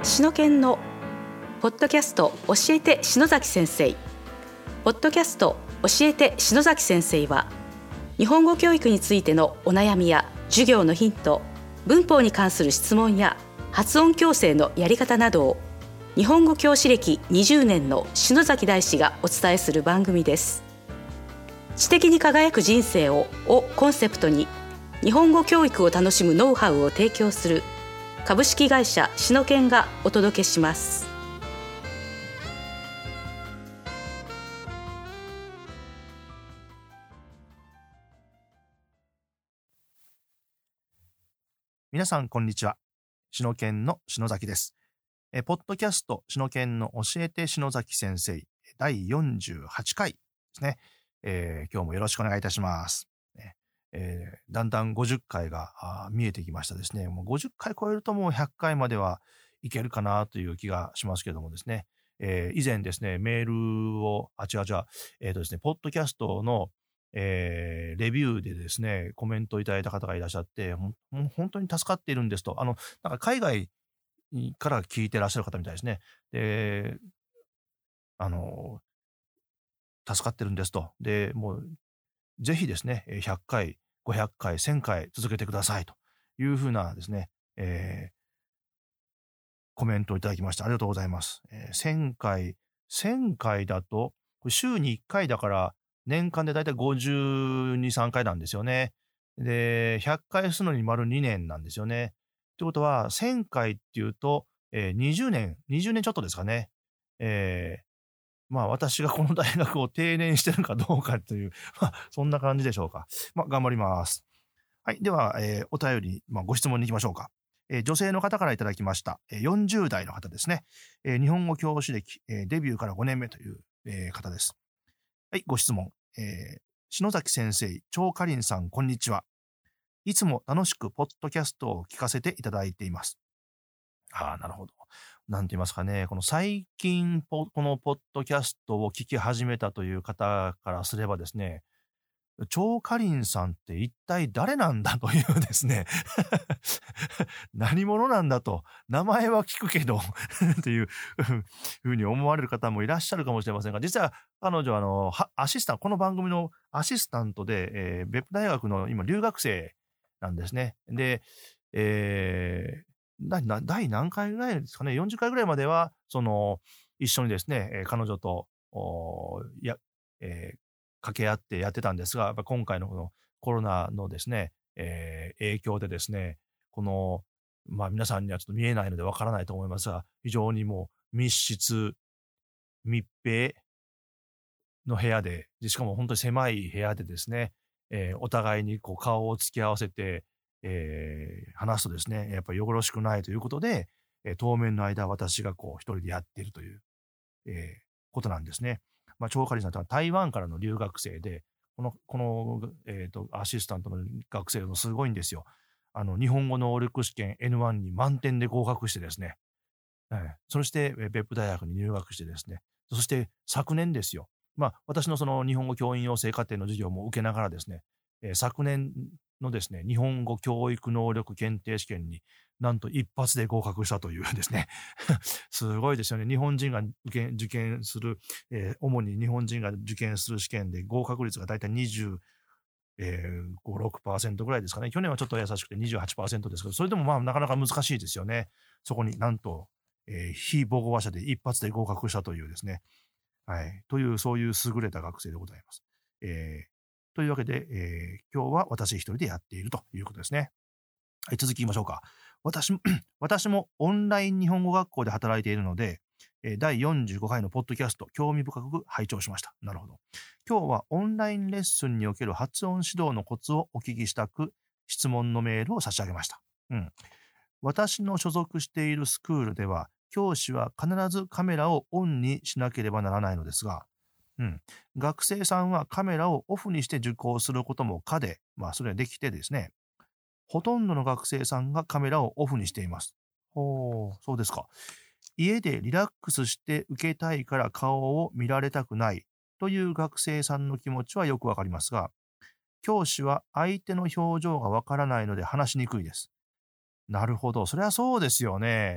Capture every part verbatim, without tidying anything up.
篠研のポッドキャスト教えて篠崎先生。ポッドキャスト教えて篠崎先生は、日本語教育についてのお悩みや授業のヒント、文法に関する質問や発音矯正のやり方などを、日本語教師歴にじゅうねんの篠崎大師がお伝えする番組です。知的に輝く人生ををコンセプトに、日本語教育を楽しむノウハウを提供する株式会社篠研がお届けします。 皆さんこんにちは。篠研の篠崎です。えポッドキャスト篠研の教えて篠崎先生だいよんじゅうはちかいですね。えー、今日もよろしくお願いいたします。ねえー、だんだんごじゅっかいが見えてきましたですね。もうごじゅっかい超えるともうひゃっかいまではいけるかなという気がしますけどもですね。えー、以前ですね、メールを、あ、違う違う、えっとですね、ポッドキャストの、えー、レビューでですね、コメントをいただいた方がいらっしゃって、もう本当に助かっているんですと、あの、なんか海外から聞いてらっしゃる方みたいですね。で、あの、助かってるんですと。で、もう、ぜひですね、ひゃっかい、ごひゃっかい、せんかい続けてくださいというふうなですね、えー、コメントをいただきました。ありがとうございます。えー、せんかい、せんかいだと、これ週にいっかいだから、年間でだいたいごじゅうに、さんかいなんですよね。で、ひゃっかいするのに丸にねんなんですよね。ということは、せんかいっていうと、えー、にじゅうねん、にじゅうねんちょっとですかね。えー、まあ私がこの大学を定年してるかどうかという、まあそんな感じでしょうか。まあ頑張ります。はい。では、えー、お便り、まあ、ご質問に行きましょうか。えー、女性の方からいただきました。えー、よんじゅうだいの方ですね。えー、日本語教師歴、えー、デビューからごねんめという、えー、方です。はい、ご質問。えー、篠崎先生、張かりんさん、こんにちは。いつも楽しくポッドキャストを聞かせていただいています。ああ、なるほど。なんて言いますかね、この最近このポッドキャストを聞き始めたという方からすればですね、張かりんさんって一体誰なんだというですね何者なんだと、名前は聞くけどっていうふうに思われる方もいらっしゃるかもしれませんが、実は彼女はあのアシスタント、この番組のアシスタントで、えー、別府大学の今留学生なんですね。で、えーだ第何回ぐらいですかね、よんじゅっかいぐらいまでは、その、一緒にですね、彼女と、や、えー、掛け合ってやってたんですが、やっぱ今回のこのコロナのですね、えー、影響でですね、この、まあ皆さんにはちょっと見えないのでわからないと思いますが、非常にもう密室、密閉の部屋で、しかも本当に狭い部屋でですね、えー、お互いにこう顔を突き合わせて、えー、話すとですね、やっぱりよろしくないということで、えー、当面の間私がこう一人でやっているという、えー、ことなんですね。まあ、張かりんさんとは台湾からの留学生で、この、この、えっと、アシスタントの学生もすごいんですよ。あの、日本語能力試験 エヌワン に満点で合格してですね、はい、そして、別府大学に入学してですね、そして昨年ですよ。まあ、私のその日本語教員養成課程の授業も受けながらですね、えー、昨年のですね、日本語教育能力検定試験になんと一発で合格したというですね、すごいですよね。日本人が受験、受験する、えー、主に日本人が受験する試験で合格率がだいたいにじゅう、えー、ご、ろくパーセント ぐらいですかね。去年はちょっと優しくて にじゅうはちパーセント ですけど、それでもまあなかなか難しいですよね。そこになんと、えー、非母語話者で一発で合格したというですね。はい。という、そういう優れた学生でございます。えー、というわけで、えー、今日は私一人でやっているということですね。はい、続き言いましょうか。私も、私もオンライン日本語学校で働いているので、えー、だいよんじゅうごかいのポッドキャスト、興味深く拝聴しました。なるほど。今日はオンラインレッスンにおける発音指導のコツをお聞きしたく、質問のメールを差し上げました。うん。私の所属しているスクールでは、教師は必ずカメラをオンにしなければならないのですが、うん、学生さんはカメラをオフにして受講することも可で、まあそれはできてですね、ほとんどの学生さんがカメラをオフにしています。ほう、そうですか。家でリラックスして受けたいから顔を見られたくないという学生さんの気持ちはよくわかりますが、教師は相手の表情がわからないので話しにくいです。なるほど。それはそうですよね。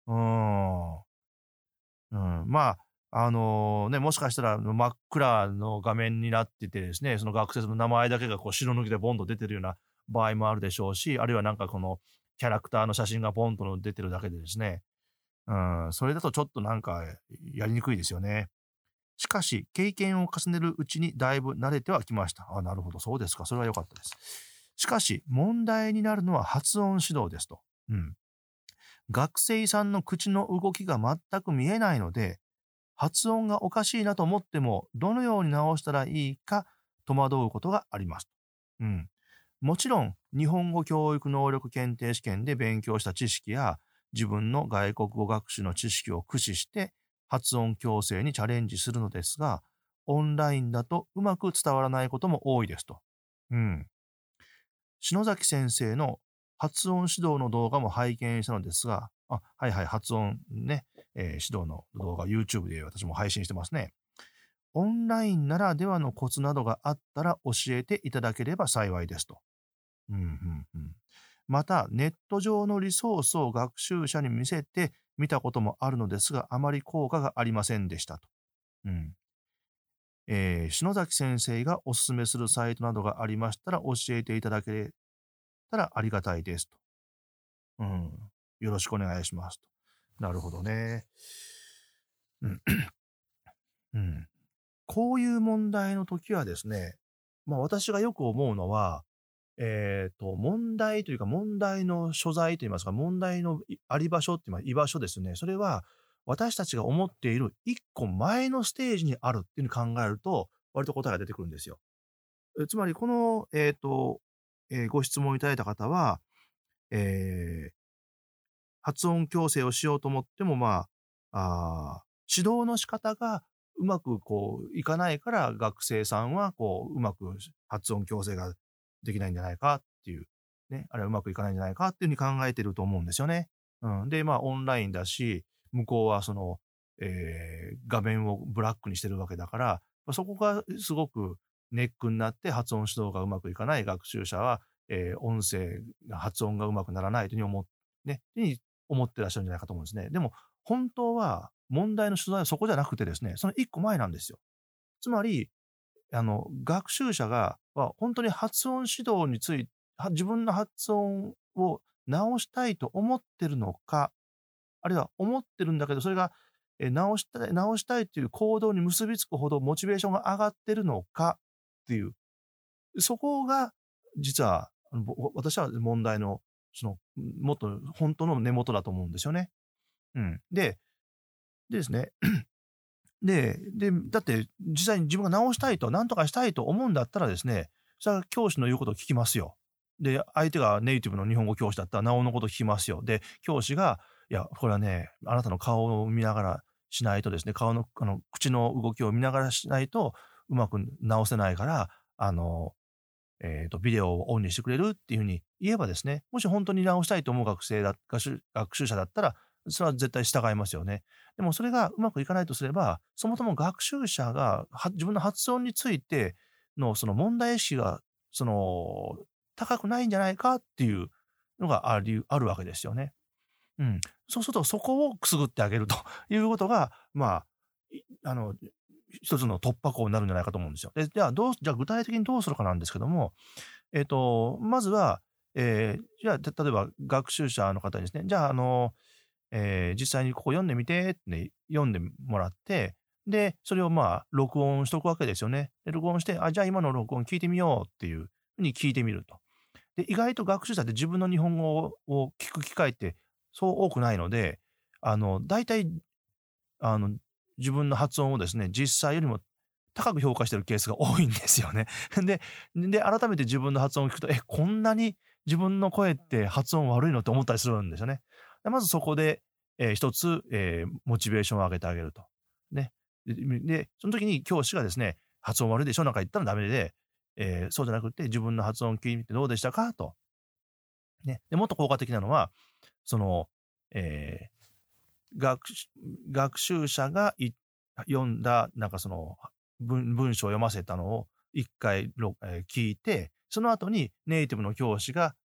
うーん。うん、まあ、あのね、もしかしたら真っ暗の画面になっててですね、その学生さんの名前だけがこう白抜きでボンと出てるような場合もあるでしょうし、あるいはなんかこのキャラクターの写真がボンと出てるだけでですね、うん、それだとちょっとなんかやりにくいですよね。しかし、経験を重ねるうちにだいぶ慣れてはきました。あ、なるほど、そうですか。それは良かったです。しかし、問題になるのは発音指導ですと。うん。学生さんの口の動きが全く見えないので、発音がおかしいなと思っても、どのように直したらいいか戸惑うことがあります。うん。もちろん、日本語教育能力検定試験で勉強した知識や、自分の外国語学習の知識を駆使して、発音矯正にチャレンジするのですが、オンラインだとうまく伝わらないことも多いですと。うん。篠崎先生の発音指導の動画も拝見したのですが、あ、はいはい、発音ね、えー指導の動画、YouTube で私も配信してますね。オンラインならではのコツなどがあったら教えていただければ幸いですと。うんうんうん、また、ネット上のリソースを学習者に見せてみたこともあるのですが、あまり効果がありませんでしたと。うんえー、篠崎先生がおすすめするサイトなどがありましたら教えていただけたらありがたいですと。うん。よろしくお願いしますと。なるほどね。うん。うん。こういう問題の時はですね、まあ私がよく思うのは、えっと、問題というか問題の所在といいますか、問題のいあり場所っていうか居場所ですね。それは私たちが思っている一個前のステージにあるっていうふうに考えると、割と答えが出てくるんですよ。えつまりこの、えっと、えーご質問いただいた方は、えー発音矯正をしようと思っても、まあ、あー指導の仕方がうまくこういかないから、学生さんはこううまく発音矯正ができないんじゃないかっていう、ね、あるいはうまくいかないんじゃないかっていうふうに考えてると思うんですよね。うん、で、まあ、オンラインだし、向こうはその、えー画面をブラックにしてるわけだから、そこがすごくネックになって発音指導がうまくいかない学習者は、えー音声が発音がうまくならないというふうに思っね、に思ってらっしゃるんじゃないかと思うんですね。でも、本当は問題の所在はそこじゃなくてですね、その一個前なんですよ。つまり、あの、学習者が、は本当に発音指導について、は自分の発音を直したいと思ってるのか、あるいは思ってるんだけど、それが、え、直したい直したいという行動に結びつくほどモチベーションが上がってるのかっていう、そこが実は、あの、ぼ私は問題の、その、もっと本当の根元だと思うんですよね。うん。で、でですね、で、で、だって実際に自分が直したいと、なんとかしたいと思うんだったらですね、それは教師の言うことを聞きますよ。で、相手がネイティブの日本語教師だったら、なおのこと聞きますよ。で、教師が、いや、これはね、あなたの顔を見ながらしないとですね、顔の、あの、口の動きを見ながらしないと、うまく直せないから、あの、えっと、ビデオをオンにしてくれるっていうふうに言えばですね、もし本当に直したいと思う学生だ学習学習者だったら、それは絶対従いますよね。でもそれがうまくいかないとすれば、そもそも学習者が、は自分の発音についてのその問題意識が、その、高くないんじゃないかっていうのがありあるわけですよね。うん。そうするとそこをくすぐってあげるということが、まあ、いあの、一つの突破口になるんじゃないかと思うんですよ。で、じゃあどうじゃあ具体的にどうするかなんですけども、えっと、まずは、えーじゃあ、た例えば学習者の方にですね、じゃあ、あの、えー実際にここ読んでみてってね、読んでもらって、で、それをまあ、録音しとくわけですよね。で、録音して、あ、じゃあ今の録音聞いてみようっていうふうに聞いてみると。で、意外と学習者って自分の日本語をを聞く機会ってそう多くないので、あの、大体、あの、自分の発音をですね、実際よりも高く評価してるケースが多いんですよね。で、で、改めて自分の発音を聞くと、え、こんなに自分の声って発音悪いのって思ったりするんですよね。でまずそこで、えー一つ、えーモチベーションを上げてあげると。ね。で、でその時に教師がですね、発音悪いでしょなんか言ったらダメで、えーそうじゃなくて自分の発音を聞いてどうでしたかと。ね。で、もっと効果的なのは、その、えー学習学習者がい読んだ、なんかその文文章を読ませたのを一回ろ、えー聞いて、その後にネイティブの教師が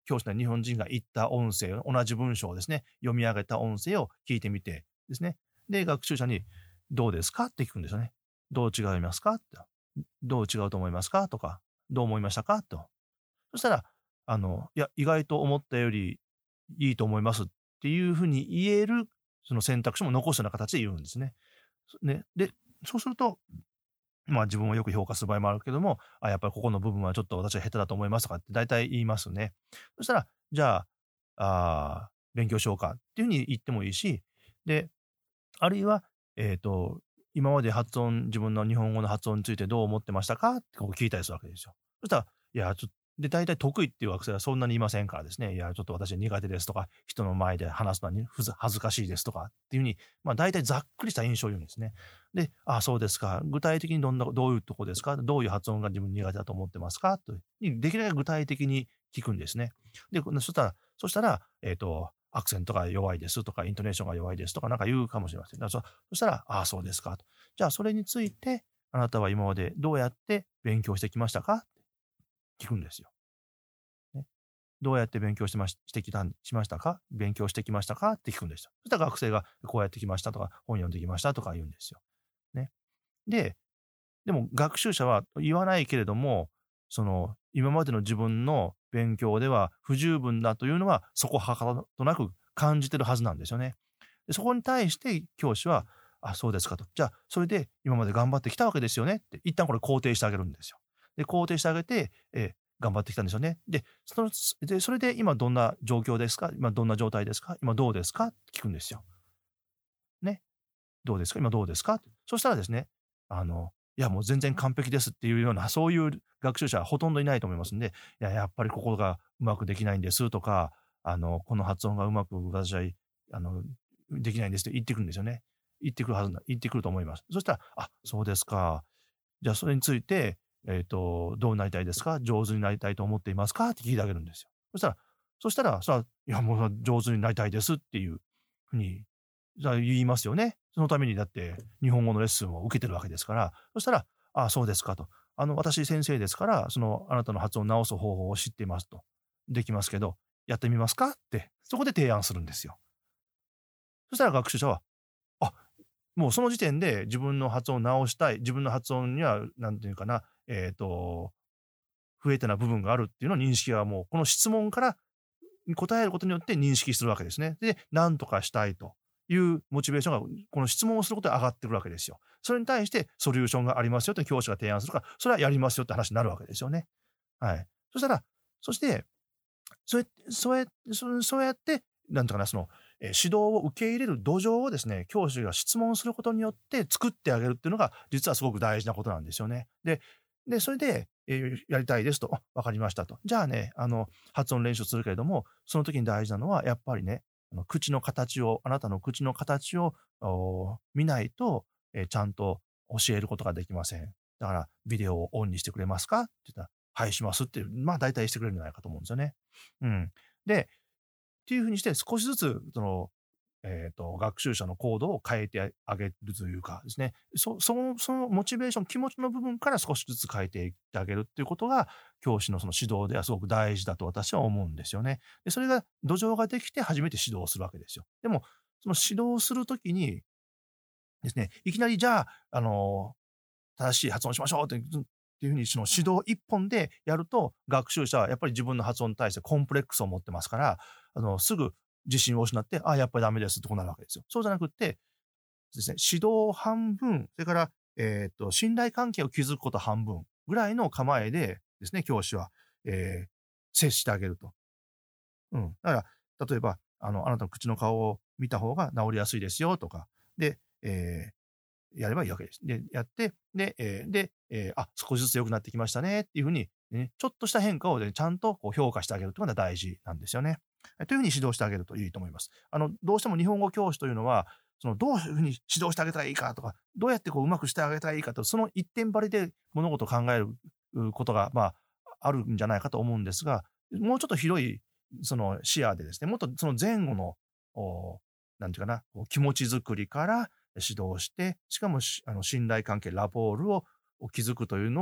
教師の日本人が言った音声を、同じ文章をですね、読み上げた音声を聞いてみてですね。で、学習者に、どうですかって聞くんですよね。どう違いますかって。どう違うと思いますかとか、どう思いましたかと。そしたら、あの、いや、意外と思ったよりいいと思いますっていうふうに言える、その選択肢も残すような形で言うんですね。ね。で、そうすると、まあ自分をよく評価する場合もあるけども、あ、やっぱりここの部分はちょっと私は下手だと思いますとかって大体言いますね。そしたら、じゃあ、あ勉強しようかっていうふうに言ってもいいし、で、あるいは、えっと、今まで発音、自分の日本語の発音についてどう思ってましたかってこう聞いたりするわけですよ。そしたら、いや、ちょっと、で、大体得意っていう学生はそんなにいませんからですね。いや、ちょっと私は苦手ですとか、人の前で話すのにふず恥ずかしいですとかっていうふうに、まあ大体ざっくりした印象を言うんですね。で、あ、そうですか。具体的にどんな、どういうとこですか、どういう発音が自分苦手だと思ってますかと、できるだけ具体的に聞くんですね。で、そしたら、そしたら、えっと、アクセントが弱いですとか、イントネーションが弱いですとか、なんか言うかもしれません。だからそそしたら、ああ、そうですかと。じゃあ、それについて、あなたは今までどうやって勉強してきましたかって聞くんですよ。ね、どうやって勉強してまししてきたしましたか勉強してきましたかって聞くんですよ。そしたら学生がこうやってきましたとか、本読んできましたとか言うんですよ。ね。で、でも学習者は言わないけれども、その、今までの自分の勉強では不十分だというのは、そこはかとなく感じてるはずなんですよね。でそこに対して教師は、あ、そうですかと。じゃあ、それで今まで頑張ってきたわけですよねって、一旦これ肯定してあげるんですよ。で、肯定してあげて、えー頑張ってきたんですよね。で、そのでそれで今どんな状況ですか、今どんな状態ですか、今どうですかって聞くんですよ。ね。どうですか今どうですかそしたらですね、あの、いやもう全然完璧ですっていうような、そういう学習者はほとんどいないと思いますんで、いや、やっぱりここがうまくできないんですとか、あの、この発音がうまく私は、あの、できないんですって言ってくるんですよね。言ってくるはずな、言ってくると思います。そしたら、あ、そうですか。じゃあそれについて、えっと、どうなりたいですか上手になりたいと思っていますかって聞いてあげるんですよ。そしたら、そしたら、そら、いや、もう上手になりたいですっていうふうに、じゃあ言いますよね。そのためにだって日本語のレッスンを受けてるわけですから、そしたら、ああ、そうですかと。あの、私先生ですから、その、あなたの発音を直す方法を知っていますと。できますけど、やってみますかって、そこで提案するんですよ。そしたら学習者は、あ、もうその時点で自分の発音を直したい、自分の発音には、なんていうかな、えっと、不得手な部分があるっていうのを認識はもう、この質問から答えることによって認識するわけですね。で、なんとかしたいというモチベーションが、この質問をすることで上がってくるわけですよ。それに対してソリューションがありますよって教師が提案するから、それはやりますよって話になるわけですよね。はい。そしたら、そして、そうやってそうやそそうやって、なんていうかな、その、え、指導を受け入れる土壌をですね、教師が質問することによって作ってあげるっていうのが、実はすごく大事なことなんですよね。でで、それで、えーやりたいですと、あ、わかりましたと。じゃあね、あの、発音練習するけれども、その時に大事なのはやっぱりね、あの、口の形をあなたの口の形を、お、見ないと、え、ちゃんと教えることができません。だから、ビデオをオンにしてくれますかって言ったら、はい、しますっていう、まあ、大体してくれるんじゃないかと思うんですよね。うん。で、っていう風にして少しずつ、その、えっと、学習者の行動を変えてあげるというかですね、そそのそのモチベーション、気持ちの部分から少しずつ変えていってあげるっていうことが、教師のその指導ではすごく大事だと私は思うんですよね。で、それが土壌ができて初めて指導をするわけですよ。でも、その指導するときにですね、いきなりじゃあ、あの、正しい発音しましょうって、ずっていう風にその指導一本でやると、学習者はやっぱり自分の発音に対してコンプレックスを持ってますから、あの、すぐ自信を失って、ああ、やっぱりダメですってこうなるわけですよ。そうじゃなくってですね、指導半分、それから、えっと、信頼関係を築くこと半分ぐらいの構えでですね、教師は、えー接してあげると。うん。だから、例えば、あの、あなたの口の顔を見た方が治りやすいですよとか、で、えーやればいいわけです。で、やって、で、えーで、えーあ、少しずつ良くなってきましたねっていう風に、ね、ちょっとした変化をね、ちゃんとこう評価してあげるというのが大事なんですよね。えという風に指導してあげるといいと思います。あの、どうしても日本語教師というのは、その、どういう風に指導してあげたらいいかとか、どうやってこう、うまくしてあげたらいいかと、その一点張りで物事を考えるうことが、まあ、あるんじゃないかと思うんですが、もうちょっと広い、その視野でですね、もっとその前後の、おなんていうかな、こう気持ち作りから指導して、しかもしあの信頼関係、ラポールをを築くというのも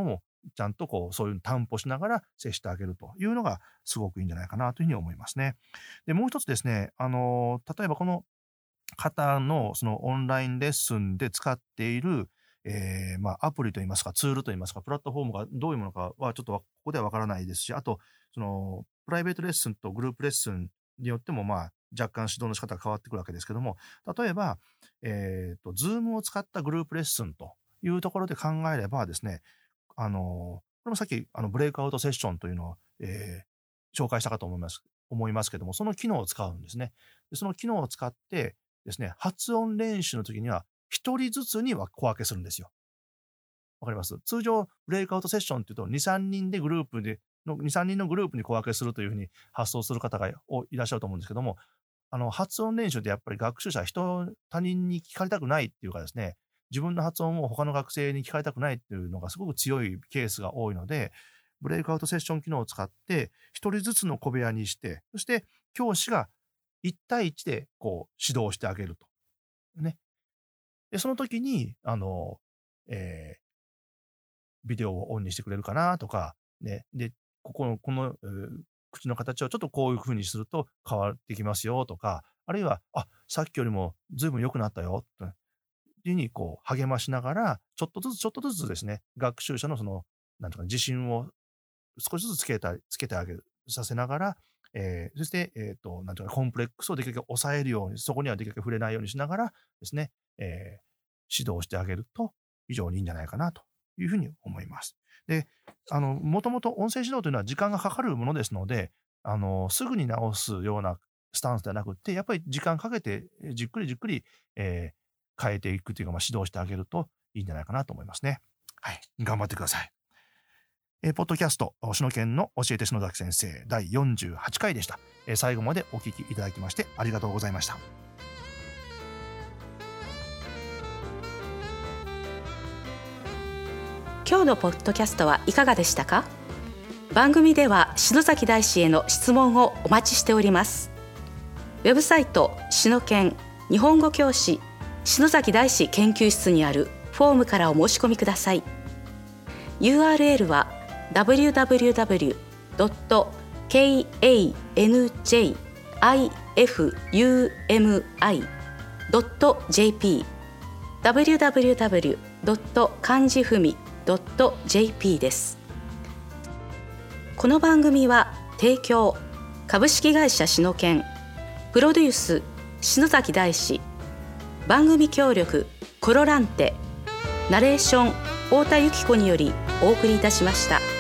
ちゃんとこうそういうの担保しながら接してあげるというのがすごくいいんじゃないかなというふうに思いますね。で、もう一つですね、あの、例えばこの方のそのオンラインレッスンで使っている、えー、まあアプリといいますか、ツールといいますか、プラットフォームがどういうものかはちょっとここではわからないですし、あと、その、プライベートレッスンとグループレッスンによっても、まあ、若干指導の仕方が変わってくるわけですけども、例えば、えっと、Zoom を使ったグループレッスンというところで考えればですね、あの、これもさっき、あの、ブレイクアウトセッションというのを、えー、紹介したかと思います、思いますけども、その機能を使うんですね。でその機能を使ってですね、発音練習の時には、一人ずつには小分けするんですよ。わかります？通常、ブレイクアウトセッションっていうと、に、さんにんでグループで、のに、さんにんのグループに小分けするというふうに発想する方がいらっしゃると思うんですけども、あの、発音練習ってやっぱり学習者は人、他人に聞かれたくないっていうかですね、自分の発音を他の学生に聞かれたくないっていうのがすごく強いケースが多いので、ブレイクアウトセッション機能を使って、一人ずつの小部屋にして、そして教師がいち対いちでこう指導してあげると。ね。で、その時に、あの、えービデオをオンにしてくれるかなとか、ね。で、ここの、この、えー口の形をちょっとこういう風にすると変わってきますよとか、あるいは、あ、さっきよりも随分良くなったよというふうにこう励ましながら、ちょっとずつちょっとずつですね、学習者のその、なんていうか、自信を少しずつつけた、つけてあげる、させながら、えーそして、えっと、なんていうか、コンプレックスをできるだけ抑えるように、そこにはできるだけ触れないようにしながらですね、えー指導してあげると非常にいいんじゃないかなというふうに思います。で、あの、もともと音声指導というのは時間がかかるものですので、あの、すぐに直すようなスタンスではなくて、やっぱり時間かけて、えじっくりじっくり、えー変えていくというか、まあ、指導してあげるといいんじゃないかなと思いますね。はい。頑張ってください。えーポッドキャスト、しのけんの教えて篠崎先生、だいよんじゅうはちかいでした。えー最後までお聞きいただきましてありがとうございました。 今日のポッドキャストはいかがでしたか？番組では篠崎大師への質問をお待ちしております。ウェブサイトしのけん日本語教師篠崎大師研究室にあるフォームからお申し込みください。 ユーアールエル は ダブリューダブリューダブリュードットケーエーエヌジェイアイエフユーエムアイドットジェーピー ダブリューダブリューダブリュードット漢字ふみドットジェーピー です。この番組は提供株式会社しのけん、プロデュース篠崎大師、番組協力コロランテ、ナレーション太田由紀子によりお送りいたしました。